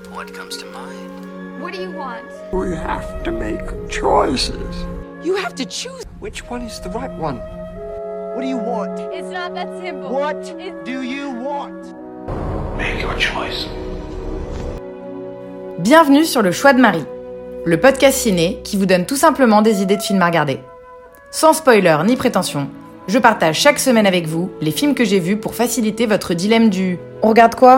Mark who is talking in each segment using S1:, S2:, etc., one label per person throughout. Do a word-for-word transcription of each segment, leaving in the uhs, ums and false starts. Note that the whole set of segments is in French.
S1: What comes to mind?
S2: What do you want?
S3: We have to make choices.
S4: You have to choose.
S3: Which one is the right one? What do you want?
S2: It's not that simple.
S3: What
S2: It's...
S3: do you want?
S1: Make your choice.
S5: Bienvenue sur Le Choix de Marie, le podcast ciné qui vous donne tout simplement des idées de films à regarder. Sans spoiler ni prétention, je partage chaque semaine avec vous les films que j'ai vus pour faciliter votre dilemme du « on regarde quoi ?»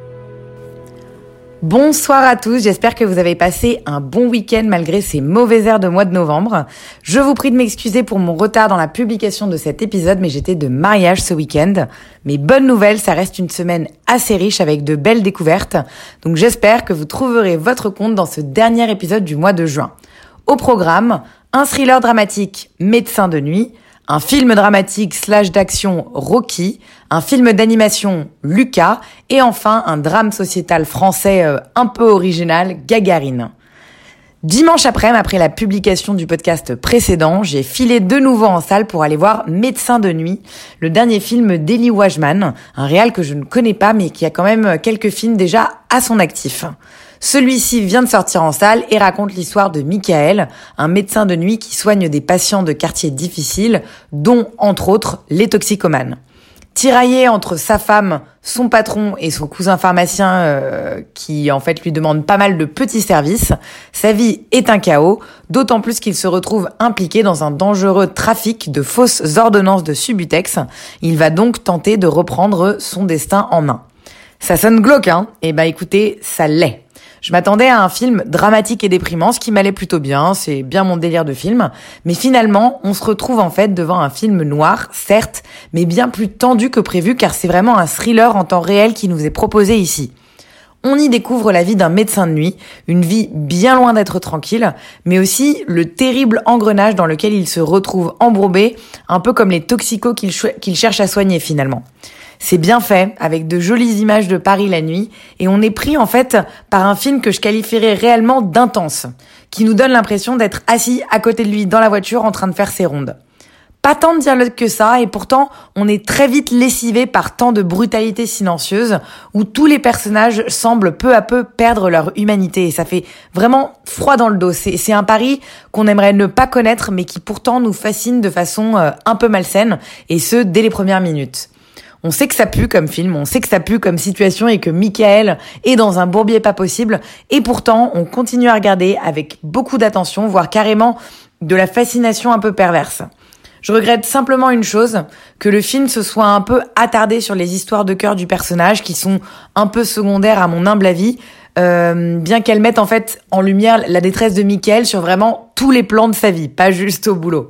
S5: Bonsoir à tous, j'espère que vous avez passé un bon week-end malgré ces mauvais airs de mois de novembre. Je vous prie de m'excuser pour mon retard dans la publication de cet épisode, mais j'étais de mariage ce week-end. Mais bonne nouvelle, ça reste une semaine assez riche avec de belles découvertes. Donc j'espère que vous trouverez votre compte dans ce dernier épisode du mois de juin. Au programme, un thriller dramatique Médecin de nuit, un film dramatique slash d'action Rocky, un film d'animation Lucas et enfin un drame sociétal français euh, un peu original Gagarine. Dimanche après-midi, après la publication du podcast précédent, j'ai filé de nouveau en salle pour aller voir Médecin de nuit, le dernier film d'Eli Wajman, un réal que je ne connais pas mais qui a quand même quelques films déjà à son actif. Celui-ci vient de sortir en salle et raconte l'histoire de Michael, un médecin de nuit qui soigne des patients de quartiers difficiles, dont, entre autres, les toxicomanes. Tiraillé entre sa femme, son patron et son cousin pharmacien euh, qui, en fait, lui demande pas mal de petits services, sa vie est un chaos, d'autant plus qu'il se retrouve impliqué dans un dangereux trafic de fausses ordonnances de Subutex. Il va donc tenter de reprendre son destin en main. Ça sonne glauque, hein ? Eh ben, écoutez, ça l'est. Je m'attendais à un film dramatique et déprimant, ce qui m'allait plutôt bien, c'est bien mon délire de film. Mais finalement, on se retrouve en fait devant un film noir, certes, mais bien plus tendu que prévu car c'est vraiment un thriller en temps réel qui nous est proposé ici. On y découvre la vie d'un médecin de nuit, une vie bien loin d'être tranquille, mais aussi le terrible engrenage dans lequel il se retrouve embourbé, un peu comme les toxicos qu'il, cho- qu'il cherche à soigner finalement. C'est bien fait, avec de jolies images de Paris la nuit, et on est pris en fait par un film que je qualifierais réellement d'intense, qui nous donne l'impression d'être assis à côté de lui dans la voiture en train de faire ses rondes. Pas tant de dialogue que ça, et pourtant on est très vite lessivé par tant de brutalité silencieuse, où tous les personnages semblent peu à peu perdre leur humanité, et ça fait vraiment froid dans le dos. C'est, c'est un Paris qu'on aimerait ne pas connaître, mais qui pourtant nous fascine de façon euh, un peu malsaine, et ce, dès les premières minutes. On sait que ça pue comme film, on sait que ça pue comme situation et que Michael est dans un bourbier pas possible. Et pourtant, on continue à regarder avec beaucoup d'attention, voire carrément de la fascination un peu perverse. Je regrette simplement une chose, que le film se soit un peu attardé sur les histoires de cœur du personnage qui sont un peu secondaires à mon humble avis, euh, bien qu'elles mettent en fait en lumière la détresse de Michael sur vraiment tous les plans de sa vie, pas juste au boulot.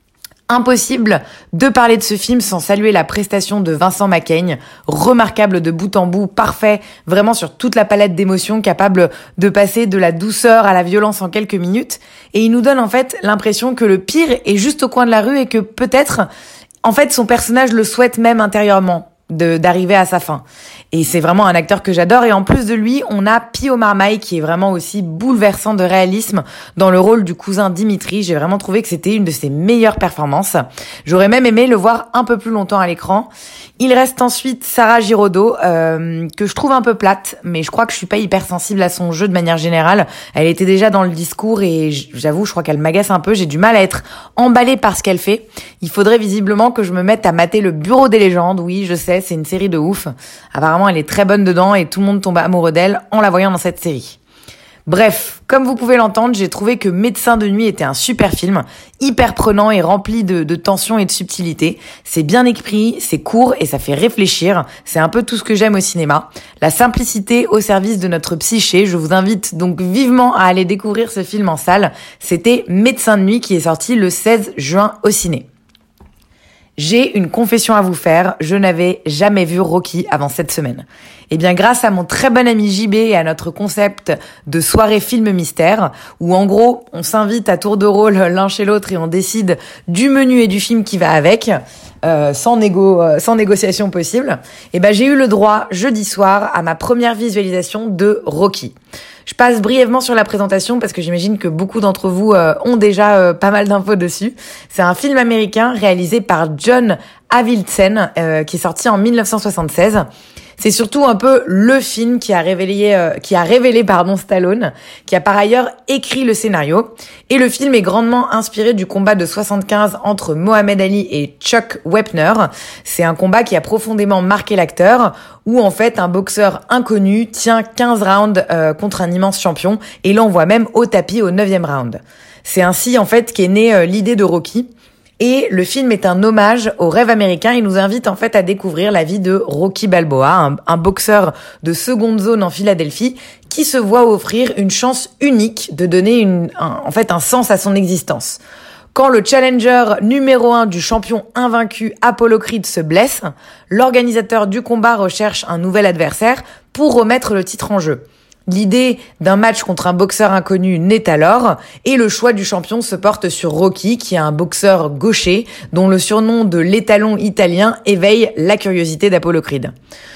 S5: Impossible de parler de ce film sans saluer la prestation de Vincent Macaigne, remarquable de bout en bout, parfait, vraiment sur toute la palette d'émotions, capable de passer de la douceur à la violence en quelques minutes. Et il nous donne en fait l'impression que le pire est juste au coin de la rue et que peut-être, en fait, son personnage le souhaite même intérieurement. De, d'arriver à sa fin. Et c'est vraiment un acteur que j'adore. Et en plus de lui, on a Pio Marmaille qui est vraiment aussi bouleversant de réalisme dans le rôle du cousin Dimitri. J'ai vraiment trouvé que c'était une de ses meilleures performances. J'aurais même aimé le voir un peu plus longtemps à l'écran. Il reste ensuite Sarah Giraudot, euh, que je trouve un peu plate, mais je crois que je suis pas hyper sensible à son jeu de manière générale. Elle était déjà dans le discours et j'avoue, je crois qu'elle m'agace un peu. J'ai du mal à être emballée par ce qu'elle fait. Il faudrait visiblement que je me mette à mater le Bureau des légendes. Oui, je sais, c'est une série de ouf. Apparemment, elle est très bonne dedans et tout le monde tombe amoureux d'elle en la voyant dans cette série. Bref, comme vous pouvez l'entendre, j'ai trouvé que Médecin de nuit était un super film, hyper prenant et rempli de, de tension et de subtilité. C'est bien écrit, c'est court et ça fait réfléchir. C'est un peu tout ce que j'aime au cinéma. La simplicité au service de notre psyché. Je vous invite donc vivement à aller découvrir ce film en salle. C'était Médecin de nuit qui est sorti le seize juin au ciné. J'ai une confession à vous faire, je n'avais jamais vu Rocky avant cette semaine. Eh bien, grâce à mon très bon ami J B et à notre concept de soirée film mystère, où en gros, on s'invite à tour de rôle l'un chez l'autre et on décide du menu et du film qui va avec, euh, sans négo, euh, sans négociation possible, eh ben, j'ai eu le droit, jeudi soir, à ma première visualisation de Rocky. Je passe brièvement sur la présentation parce que j'imagine que beaucoup d'entre vous euh, ont déjà euh, pas mal d'infos dessus. C'est un film américain réalisé par John Avildsen euh, qui est sorti en dix-neuf cent soixante-seize. C'est surtout un peu le film qui a révélé, euh, qui a révélé pardon Stallone, qui a par ailleurs écrit le scénario. Et le film est grandement inspiré du combat de soixante-quinze entre Mohamed Ali et Chuck Wepner. C'est un combat qui a profondément marqué l'acteur, où en fait un boxeur inconnu tient quinze rounds euh, contre un immense champion et l'envoie même au tapis au neuvième round. C'est ainsi en fait qu'est née euh, l'idée de Rocky. Et le film est un hommage au rêve américain. Il nous invite en fait à découvrir la vie de Rocky Balboa, un, un boxeur de seconde zone en Philadelphie qui se voit offrir une chance unique de donner une, un, en fait un sens à son existence. Quand le challenger numéro un du champion invaincu Apollo Creed se blesse, l'organisateur du combat recherche un nouvel adversaire pour remettre le titre en jeu. L'idée d'un match contre un boxeur inconnu naît alors, et le choix du champion se porte sur Rocky, qui est un boxeur gaucher, dont le surnom de l'étalon italien éveille la curiosité d'Apollo Creed.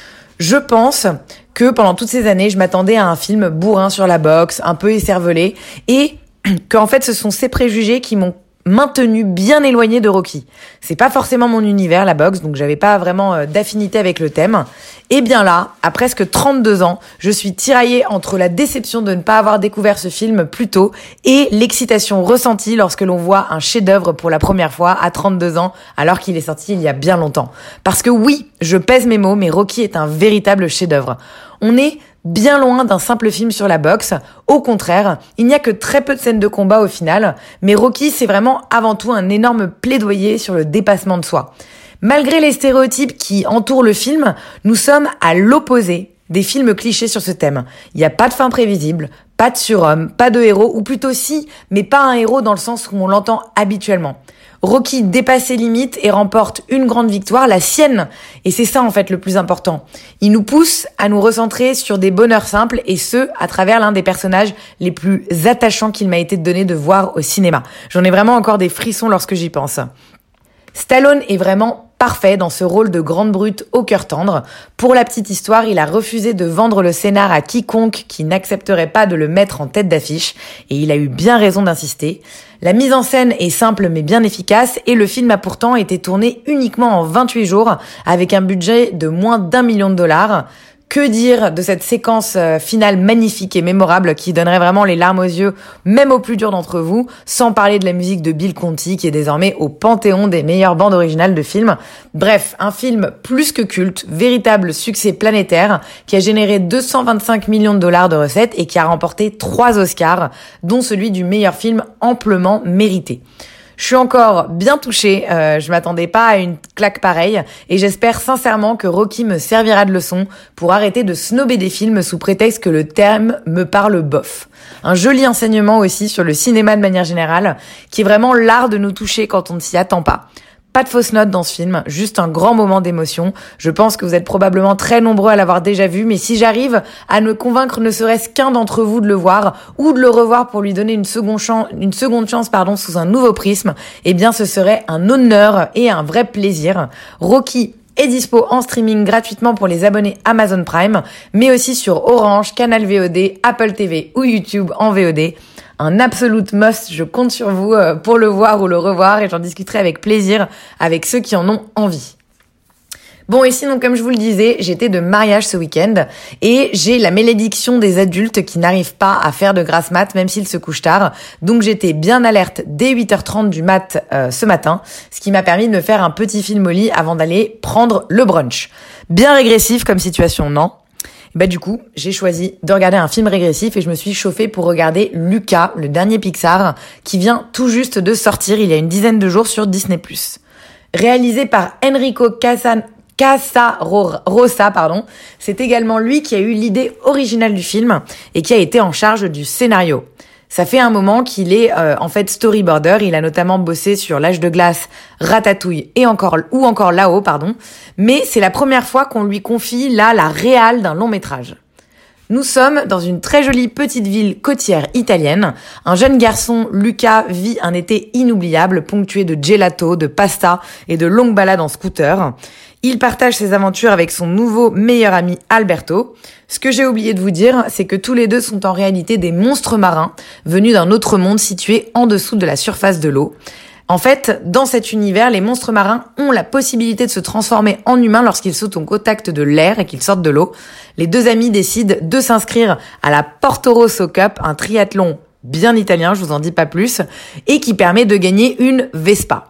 S5: Je pense que pendant toutes ces années, je m'attendais à un film bourrin sur la boxe, un peu écervelé, et qu'en fait ce sont ces préjugés qui m'ont maintenu bien éloigné de Rocky. C'est pas forcément mon univers, la boxe, donc j'avais pas vraiment euh, d'affinité avec le thème. Et bien là, à presque trente-deux ans, je suis tiraillée entre la déception de ne pas avoir découvert ce film plus tôt et l'excitation ressentie lorsque l'on voit un chef-d'œuvre pour la première fois à trente-deux ans, alors qu'il est sorti il y a bien longtemps. Parce que oui, je pèse mes mots, mais Rocky est un véritable chef-d'œuvre. On est bien loin d'un simple film sur la boxe. Au contraire, il n'y a que très peu de scènes de combat au final, mais Rocky, c'est vraiment avant tout un énorme plaidoyer sur le dépassement de soi. Malgré les stéréotypes qui entourent le film, nous sommes à l'opposé des films clichés sur ce thème. Il n'y a pas de fin prévisible, pas de surhomme, pas de héros, ou plutôt si, mais pas un héros dans le sens où on l'entend habituellement. Rocky dépasse ses limites et remporte une grande victoire, la sienne. Et c'est ça en fait le plus important. Il nous pousse à nous recentrer sur des bonheurs simples, et ce, à travers l'un des personnages les plus attachants qu'il m'a été donné de voir au cinéma. J'en ai vraiment encore des frissons lorsque j'y pense. Stallone est vraiment parfait dans ce rôle de grande brute au cœur tendre. Pour la petite histoire, il a refusé de vendre le scénar à quiconque qui n'accepterait pas de le mettre en tête d'affiche, et il a eu bien raison d'insister. La mise en scène est simple mais bien efficace, et le film a pourtant été tourné uniquement en vingt-huit jours avec un budget de moins d'un million de dollars. Que dire de cette séquence finale magnifique et mémorable qui donnerait vraiment les larmes aux yeux, même aux plus durs d'entre vous, sans parler de la musique de Bill Conti qui est désormais au panthéon des meilleures bandes originales de films. Bref, un film plus que culte, véritable succès planétaire, qui a généré deux cent vingt-cinq millions de dollars de recettes et qui a remporté trois Oscars, dont celui du meilleur film amplement mérité. Je suis encore bien touchée, euh, je m'attendais pas à une claque pareille, et j'espère sincèrement que Rocky me servira de leçon pour arrêter de snober des films sous prétexte que le terme me parle bof. Un joli enseignement aussi sur le cinéma de manière générale, qui est vraiment l'art de nous toucher quand on ne s'y attend pas. Pas de fausses notes dans ce film, juste un grand moment d'émotion. Je pense que vous êtes probablement très nombreux à l'avoir déjà vu, mais si j'arrive à me convaincre ne serait-ce qu'un d'entre vous de le voir ou de le revoir pour lui donner une seconde chance, une seconde chance pardon, sous un nouveau prisme, eh bien ce serait un honneur et un vrai plaisir. Rocky est dispo en streaming gratuitement pour les abonnés Amazon Prime, mais aussi sur Orange, Canal V O D, Apple T V ou YouTube en V O D. Un absolute must, je compte sur vous pour le voir ou le revoir, et j'en discuterai avec plaisir avec ceux qui en ont envie. Bon, et sinon, comme je vous le disais, j'étais de mariage ce week-end et j'ai la malédiction des adultes qui n'arrivent pas à faire de grasse mat même s'ils se couchent tard. Donc j'étais bien alerte dès huit heures trente du mat euh, ce matin, ce qui m'a permis de me faire un petit film au lit avant d'aller prendre le brunch. Bien régressif comme situation, non ? Bah du coup, j'ai choisi de regarder un film régressif et je me suis chauffée pour regarder Luca, le dernier Pixar, qui vient tout juste de sortir il y a une dizaine de jours sur Disney plus. Réalisé par Enrico Casan... Casarosa, pardon. C'est également lui qui a eu l'idée originale du film et qui a été en charge du scénario. Ça fait un moment qu'il est euh, en fait storyboarder. Il a notamment bossé sur L'Âge de glace, Ratatouille et encore ou encore Là-haut, pardon. Mais c'est la première fois qu'on lui confie là la réal d'un long métrage. Nous sommes dans une très jolie petite ville côtière italienne. Un jeune garçon, Luca, vit un été inoubliable, ponctué de gelato, de pasta et de longues balades en scooter. Il partage ses aventures avec son nouveau meilleur ami Alberto. Ce que j'ai oublié de vous dire, c'est que tous les deux sont en réalité des monstres marins, venus d'un autre monde situé en dessous de la surface de l'eau. En fait, dans cet univers, les monstres marins ont la possibilité de se transformer en humains lorsqu'ils sautent au contact de l'air et qu'ils sortent de l'eau. Les deux amis décident de s'inscrire à la Porto Rosso Cup, un triathlon bien italien, je vous en dis pas plus, et qui permet de gagner une Vespa.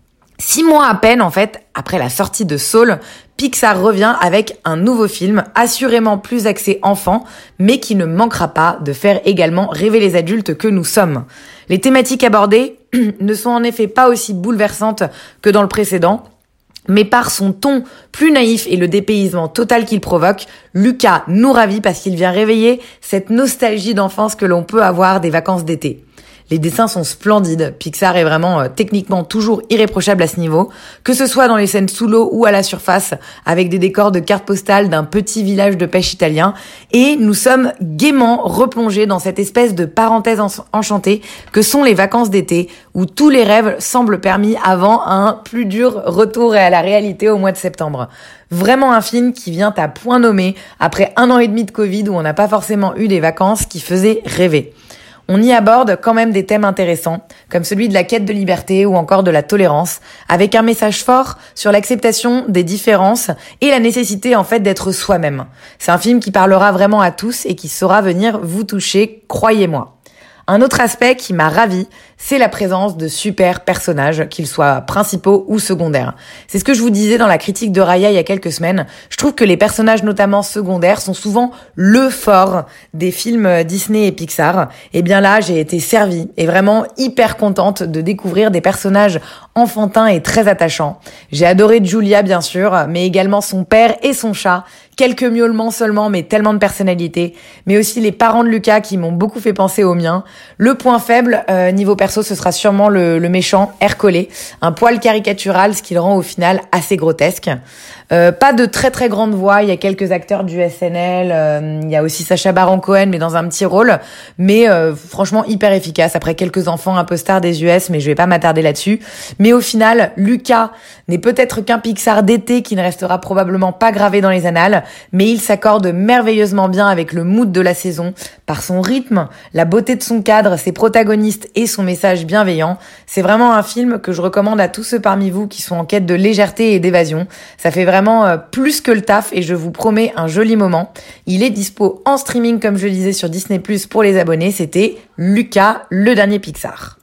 S5: Six mois à peine, en fait, après la sortie de Soul, Pixar revient avec un nouveau film, assurément plus axé enfant, mais qui ne manquera pas de faire également rêver les adultes que nous sommes. Les thématiques abordées ne sont en effet pas aussi bouleversantes que dans le précédent, mais par son ton plus naïf et le dépaysement total qu'il provoque, Luca nous ravit parce qu'il vient réveiller cette nostalgie d'enfance que l'on peut avoir des vacances d'été. Les dessins sont splendides, Pixar est vraiment euh, techniquement toujours irréprochable à ce niveau, que ce soit dans les scènes sous l'eau ou à la surface, avec des décors de cartes postales d'un petit village de pêche italien, et nous sommes gaiement replongés dans cette espèce de parenthèse en- enchantée que sont les vacances d'été, où tous les rêves semblent permis avant un plus dur retour à la réalité au mois de septembre. Vraiment un film qui vient à point nommé après un an et demi de Covid où on n'a pas forcément eu des vacances qui faisaient rêver. On y aborde quand même des thèmes intéressants, comme celui de la quête de liberté ou encore de la tolérance, avec un message fort sur l'acceptation des différences et la nécessité en fait d'être soi-même. C'est un film qui parlera vraiment à tous et qui saura venir vous toucher, croyez-moi. Un autre aspect qui m'a ravi, c'est la présence de super personnages, qu'ils soient principaux ou secondaires. C'est ce que je vous disais dans la critique de Raya il y a quelques semaines. Je trouve que les personnages, notamment secondaires, sont souvent le fort des films Disney et Pixar. Et bien là, j'ai été servie et vraiment hyper contente de découvrir des personnages enfantins et très attachants. J'ai adoré Julia, bien sûr, mais également son père et son chat. Quelques miaulements seulement, mais tellement de personnalité. Mais aussi les parents de Lucas qui m'ont beaucoup fait penser aux miens. Le point faible, euh, niveau perso, ce sera sûrement le, le méchant, Ercolé. Un poil caricatural, ce qui le rend au final assez grotesque. Euh, pas de très très grande voix, il y a quelques acteurs du S N L, euh, il y a aussi Sacha Baron Cohen, mais dans un petit rôle. Mais euh, franchement, hyper efficace. Après quelques enfants un peu stars des U S, mais je vais pas m'attarder là-dessus. Mais au final, Lucas n'est peut-être qu'un Pixar d'été qui ne restera probablement pas gravé dans les annales, mais il s'accorde merveilleusement bien avec le mood de la saison, par son rythme, la beauté de son cadre, ses protagonistes et son message bienveillant. C'est vraiment un film que je recommande à tous ceux parmi vous qui sont en quête de légèreté et d'évasion. Ça fait vraiment plus que le taf et je vous promets un joli moment. Il est dispo en streaming comme je le disais sur Disney plus, pour les abonnés. C'était Luca, le dernier Pixar.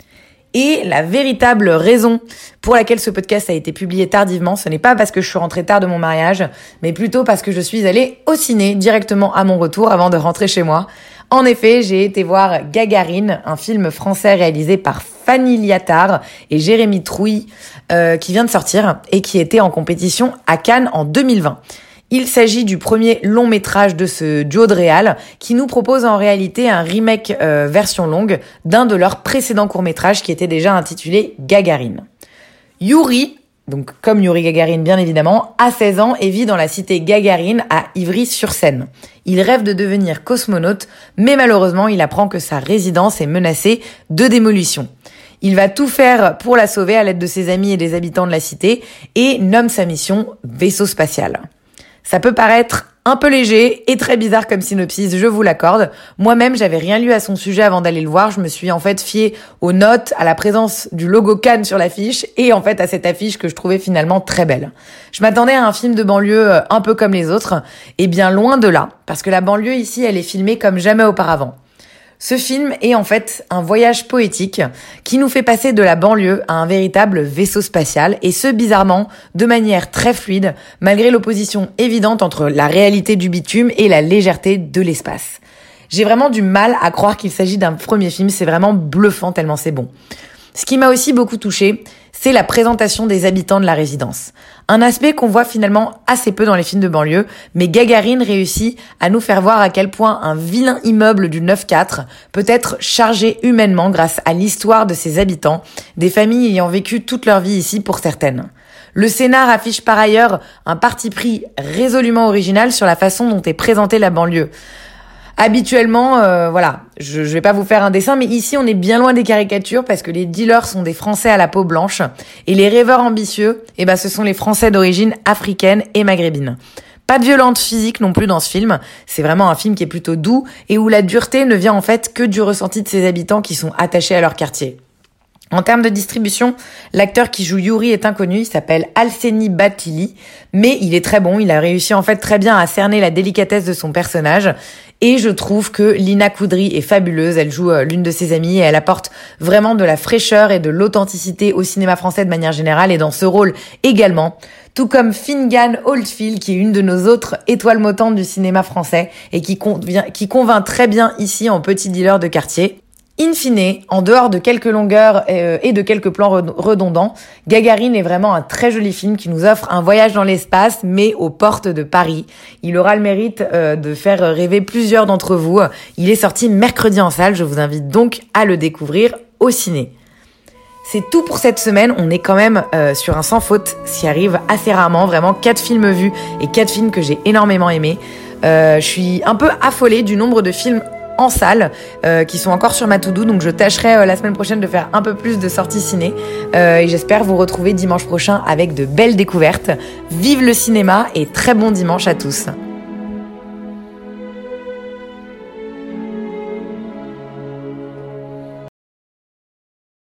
S5: Et la véritable raison pour laquelle ce podcast a été publié tardivement, ce n'est pas parce que je suis rentrée tard de mon mariage, mais plutôt parce que je suis allée au ciné directement à mon retour avant de rentrer chez moi. En effet, j'ai été voir Gagarine, un film français réalisé par Fanny Liattard et Jérémy Trouille, euh, qui vient de sortir et qui était en compétition à Cannes en deux mille vingt. Il s'agit du premier long métrage de ce duo de réal qui nous propose en réalité un remake euh, version longue d'un de leurs précédents courts-métrages qui était déjà intitulé Gagarine. Yuri, donc comme Yuri Gagarin bien évidemment, a seize ans et vit dans la cité Gagarine à Ivry-sur-Seine. Il rêve de devenir cosmonaute, mais malheureusement il apprend que sa résidence est menacée de démolition. Il va tout faire pour la sauver à l'aide de ses amis et des habitants de la cité et nomme sa mission vaisseau spatial. Ça peut paraître un peu léger et très bizarre comme synopsis, je vous l'accorde. Moi-même, j'avais rien lu à son sujet avant d'aller le voir. Je me suis en fait fiée aux notes, à la présence du logo Cannes sur l'affiche et en fait à cette affiche que je trouvais finalement très belle. Je m'attendais à un film de banlieue un peu comme les autres, et bien loin de là, parce que la banlieue ici, elle est filmée comme jamais auparavant. Ce film est en fait un voyage poétique qui nous fait passer de la banlieue à un véritable vaisseau spatial, et ce bizarrement de manière très fluide, malgré l'opposition évidente entre la réalité du bitume et la légèreté de l'espace. J'ai vraiment du mal à croire qu'il s'agit d'un premier film, c'est vraiment bluffant tellement c'est bon. Ce qui m'a aussi beaucoup touchée, c'est la présentation des habitants de la résidence. Un aspect qu'on voit finalement assez peu dans les films de banlieue, mais Gagarine réussit à nous faire voir à quel point un vilain immeuble du neuf quatre peut être chargé humainement grâce à l'histoire de ses habitants, des familles ayant vécu toute leur vie ici pour certaines. Le scénar affiche par ailleurs un parti pris résolument original sur la façon dont est présentée la banlieue. Habituellement, euh, voilà, je, je vais pas vous faire un dessin, mais ici on est bien loin des caricatures parce que les dealers sont des Français à la peau blanche et les rêveurs ambitieux, eh ben ce sont les Français d'origine africaine et maghrébine. Pas de violence physique non plus dans ce film, c'est vraiment un film qui est plutôt doux et où la dureté ne vient en fait que du ressenti de ses habitants qui sont attachés à leur quartier. En termes de distribution, l'acteur qui joue Yuri est inconnu, il s'appelle Alseni Batili, mais il est très bon, il a réussi en fait très bien à cerner la délicatesse de son personnage, et je trouve que Lina Koudry est fabuleuse, elle joue l'une de ses amies et elle apporte vraiment de la fraîcheur et de l'authenticité au cinéma français de manière générale et dans ce rôle également. Tout comme Finnegan Oldfield, qui est une de nos autres étoiles mottantes du cinéma français et qui, convient, qui convainc très bien ici en petit dealer de quartier. In fine, en dehors de quelques longueurs et de quelques plans redondants, Gagarine est vraiment un très joli film qui nous offre un voyage dans l'espace, mais aux portes de Paris. Il aura le mérite de faire rêver plusieurs d'entre vous. Il est sorti mercredi en salle, je vous invite donc à le découvrir au ciné. C'est tout pour cette semaine, on est quand même euh, sur un sans faute, ce qui arrive assez rarement, vraiment quatre films vus et quatre films que j'ai énormément aimés. Euh, je suis un peu affolée du nombre de films en salle euh, qui sont encore sur ma to-do, donc je tâcherai euh, la semaine prochaine de faire un peu plus de sorties ciné euh, et j'espère vous retrouver dimanche prochain avec de belles découvertes. Vive le cinéma et très bon dimanche à tous.